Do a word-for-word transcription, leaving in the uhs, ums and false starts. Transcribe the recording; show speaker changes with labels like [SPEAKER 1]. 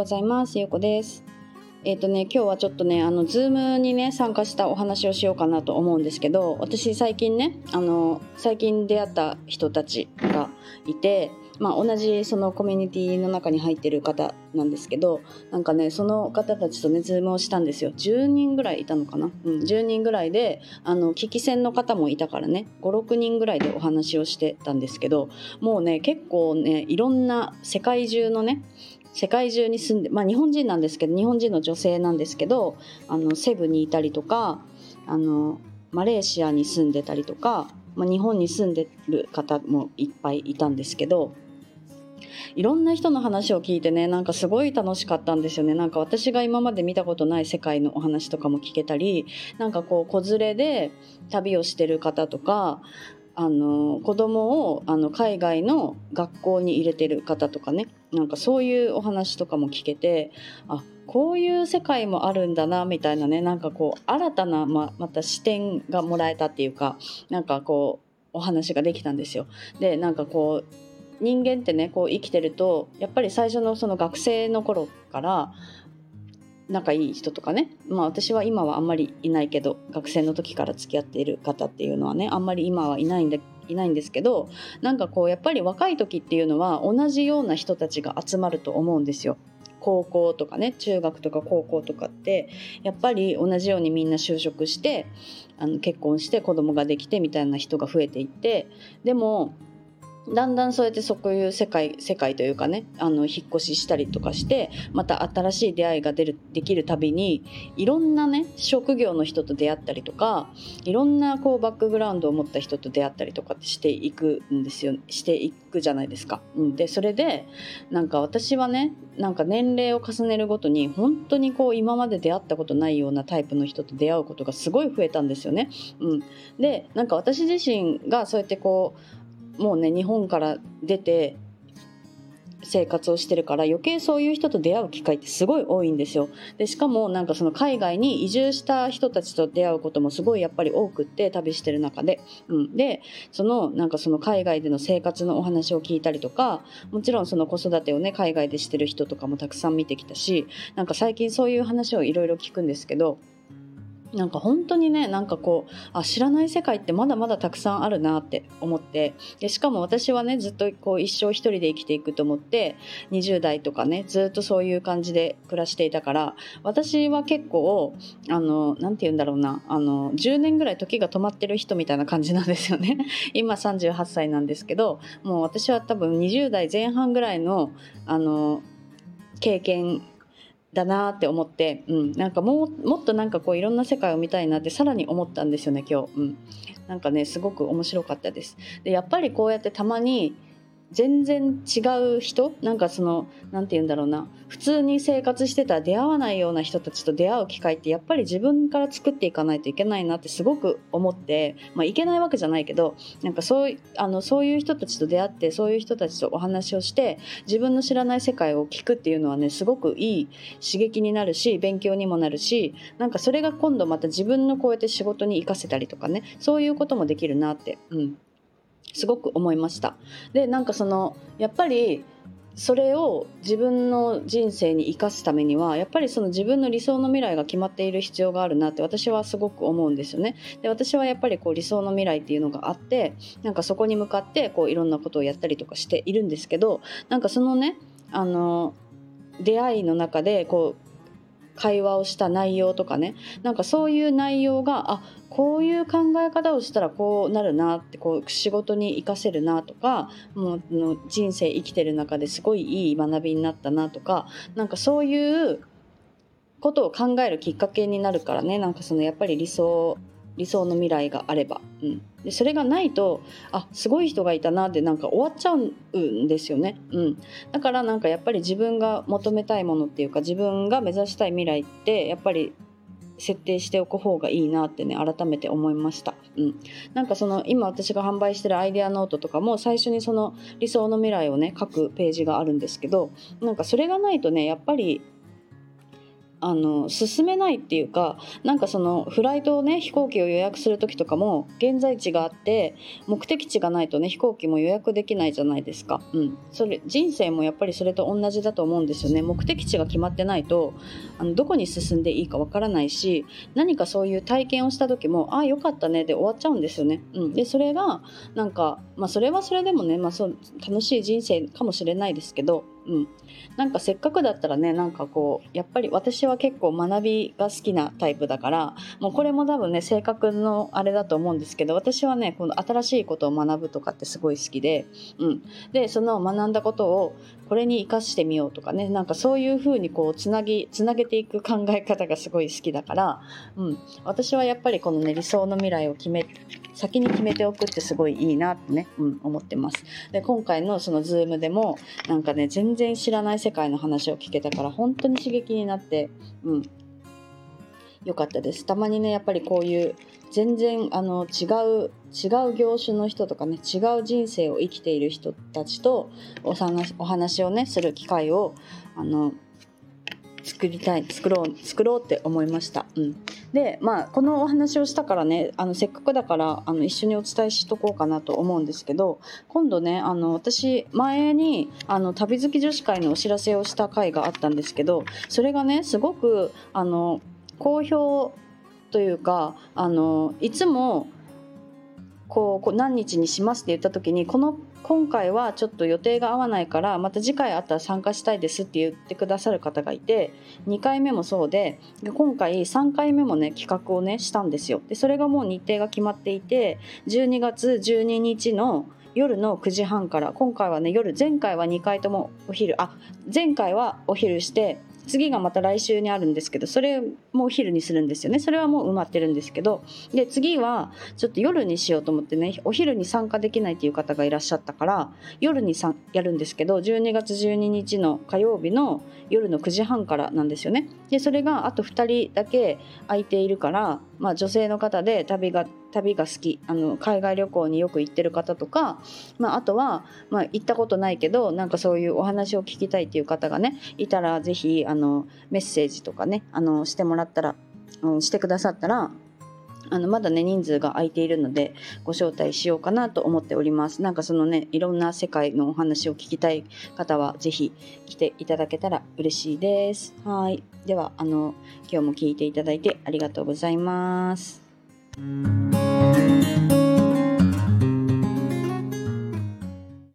[SPEAKER 1] ございます。ゆうこです。えっ、ー、とね今日はちょっとねあのズームにね参加したお話をしようかなと思うんですけど、私最近ねあの最近出会った人たちがいて、まあ同じそのコミュニティの中に入ってる方なんですけど、なんかねその方たちとねズームをしたんですよ。じゅうにんぐらいいたのかな、うん、じゅうにんぐらいで、あの聞き戦の方もいたからねご、ろくにんぐらいでお話をしてたんですけど、もうね結構ねいろんな世界中のね世界中に住んで、まあ日本人なんですけど、日本人の女性なんですけど、あのセブにいたりとか、あのマレーシアに住んでたりとか、まあ、日本に住んでる方もいっぱいいたんですけど、いろんな人の話を聞いてね、なんかすごい楽しかったんですよね。なんか私が今まで見たことない世界のお話とかも聞けたり、なんかこう子連れで旅をしてる方とか、あの子供をあの海外の学校に入れてる方とかね、なんかそういうお話とかも聞けて、あ、こういう世界もあるんだなみたいなね、なんかこう新たな ま, また視点がもらえたっていうか、なんかこうお話ができたんですよ。で、なんかこう人間ってねこう生きてると、やっぱり最初のその学生の頃から仲いい人とかね、まあ私は今はあんまりいないけど、学生の時から付き合っている方っていうのはねあんまり今はいないんでいないんですけど、なんかこうやっぱり若い時っていうのは同じような人たちが集まると思うんですよ。高校とかね、中学とか高校とかってやっぱり同じようにみんな就職して、あの結婚して子供ができてみたいな人が増えていって、でもだんだんそうやってそういう世界世界というかね、あの引っ越ししたりとかして、また新しい出会いが出るできるたびに、いろんなね職業の人と出会ったりとか、いろんなこうバックグラウンドを持った人と出会ったりとかってしていくんですよしていくじゃないですか、うん、でそれでなんか私はね、なんか年齢を重ねるごとに本当にこう今まで出会ったことないようなタイプの人と出会うことがすごい増えたんですよね、うん、でなんか私自身がそうやってこうもうね日本から出て生活をしてるから、余計そういう人と出会う機会ってすごい多いんですよ。でしかもなんかその海外に移住した人たちと出会うこともすごいやっぱり多くって、旅してる中で、うん、でそのなんかその海外での生活のお話を聞いたりとか、もちろんその子育てをね海外でしてる人とかもたくさん見てきたし、なんか最近そういう話をいろいろ聞くんですけど、なんか本当にね、なんかこうあ知らない世界ってまだまだたくさんあるなって思って、でしかも私はねずっとこう一生一人で生きていくと思ってにじゅう代とかねずっとそういう感じで暮らしていたから、私は結構あのなんて言うんだろうな、あのじゅうねんぐらい時が止まってる人みたいな感じなんですよね今さんじゅうはっさいなんですけど、もう私は多分にじゅう代前半ぐらいのあの経験だなって思って、うん、なんかもうもっとなんかこういろんな世界を見たいなってさらに思ったんですよね今日、うん、なんかねすごく面白かったです。でやっぱりこうやってたまに全然違う人、なんかそのなんて言うんだろうな、普通に生活してたら出会わないような人たちと出会う機会ってやっぱり自分から作っていかないといけないなってすごく思って、まあいけないわけじゃないけど、なんかそういうあのそういう人たちと出会って、そういう人たちとお話をして自分の知らない世界を聞くっていうのはねすごくいい刺激になるし勉強にもなるし、なんかそれが今度また自分のこうやって仕事に生かせたりとかね、そういうこともできるなって、うんすごく思いました。でなんかそのやっぱりそれを自分の人生に生かすためにはやっぱりその自分の理想の未来が決まっている必要があるなって私はすごく思うんですよね。で私はやっぱりこう理想の未来っていうのがあって、なんかそこに向かってこういろんなことをやったりとかしているんですけど、なんかそのねあの出会いの中でこう会話をした内容とかね、なんかそういう内容があこういう考え方をしたらこうなるなって、こう仕事に生かせるなとか、もう人生生きてる中ですごいいい学びになったなとか、なんかそういうことを考えるきっかけになるからね、なんかそのやっぱり理想理想の未来があれば、うん、でそれがないとあすごい人がいたなってなんか終わっちゃうんですよね、うん、だからなんかやっぱり自分が求めたいものっていうか自分が目指したい未来ってやっぱり設定しておく方がいいなってね改めて思いました、うん、なんかその今私が販売してるアイデアノートとかも最初にその理想の未来をね書くページがあるんですけど、なんかそれがないとねやっぱりあの進めないっていうか、なんかそのフライトをね、飛行機を予約する時とかも現在地があって目的地がないとね、飛行機も予約できないじゃないですか。うん、それ人生もやっぱりそれと同じだと思うんですよね。目的地が決まってないと、あのどこに進んでいいかわからないし、何かそういう体験をした時も、ああよかったねで終わっちゃうんですよね。うん、でそれがなんか、まあ、それはそれでもね、まあ、そう楽しい人生かもしれないですけど、うん、なんかせっかくだったらね、なんかこうやっぱり私は結構学びが好きなタイプだから、もうこれも多分ね性格のあれだと思うんですけど、私はねこの新しいことを学ぶとかってすごい好きで、うん、でその学んだことをこれに生かしてみようとかね、なんかそういう風にこうつなぎつなげていく考え方がすごい好きだから、うん、私はやっぱりこのね理想の未来を決め先に決めておくってすごいいいなってね、うん、思ってます。で今回のそのズームでもなんかね全然知らない世界の話を聞けたから本当に刺激になって、うん、よかったです。たまにねやっぱりこういう全然あの違う違う業種の人とかね、違う人生を生きている人たちとお話、お話をねする機会をあの作りたい作ろう作ろうって思いました。うん、でまあこのお話をしたからね、あのせっかくだからあの一緒にお伝えしとこうかなと思うんですけど、今度ねあの私前にあの旅好き女子会のお知らせをした回があったんですけど、それがねすごくあの好評というか、あのいつもこうこう何日にしますって言った時に、この今回はちょっと予定が合わないからまた次回あったら参加したいですって言ってくださる方がいて、にかいめもそうで、で今回さんかいめもね企画をねしたんですよ。でそれがもう日程が決まっていて、じゅうにがつじゅうににちの夜のくじはんから、今回はね夜、前回はにかいともお昼、あ前回はお昼して、次がまた来週にあるんですけど、それもお昼にするんですよね。それはもう埋まってるんですけど、で次はちょっと夜にしようと思ってね、お昼に参加できないっていう方がいらっしゃったから夜にさやるんですけど、じゅうにがつじゅうににちの火曜日の夜のくじはんからなんですよね。でそれがあとふたりだけ空いているから、まあ、女性の方で旅が旅が好き、あの海外旅行によく行ってる方とか、まあ、あとは、まあ、行ったことないけどなんかそういうお話を聞きたいっていう方がねいたら、ぜひあのメッセージとかねあのしてもらったら、うん、してくださったら、あのまだね人数が空いているのでご招待しようかなと思っております。なんかそのねいろんな世界のお話を聞きたい方はぜひ来ていただけたら嬉しいです。はい、ではあの今日も聞いていただいてありがとうございます。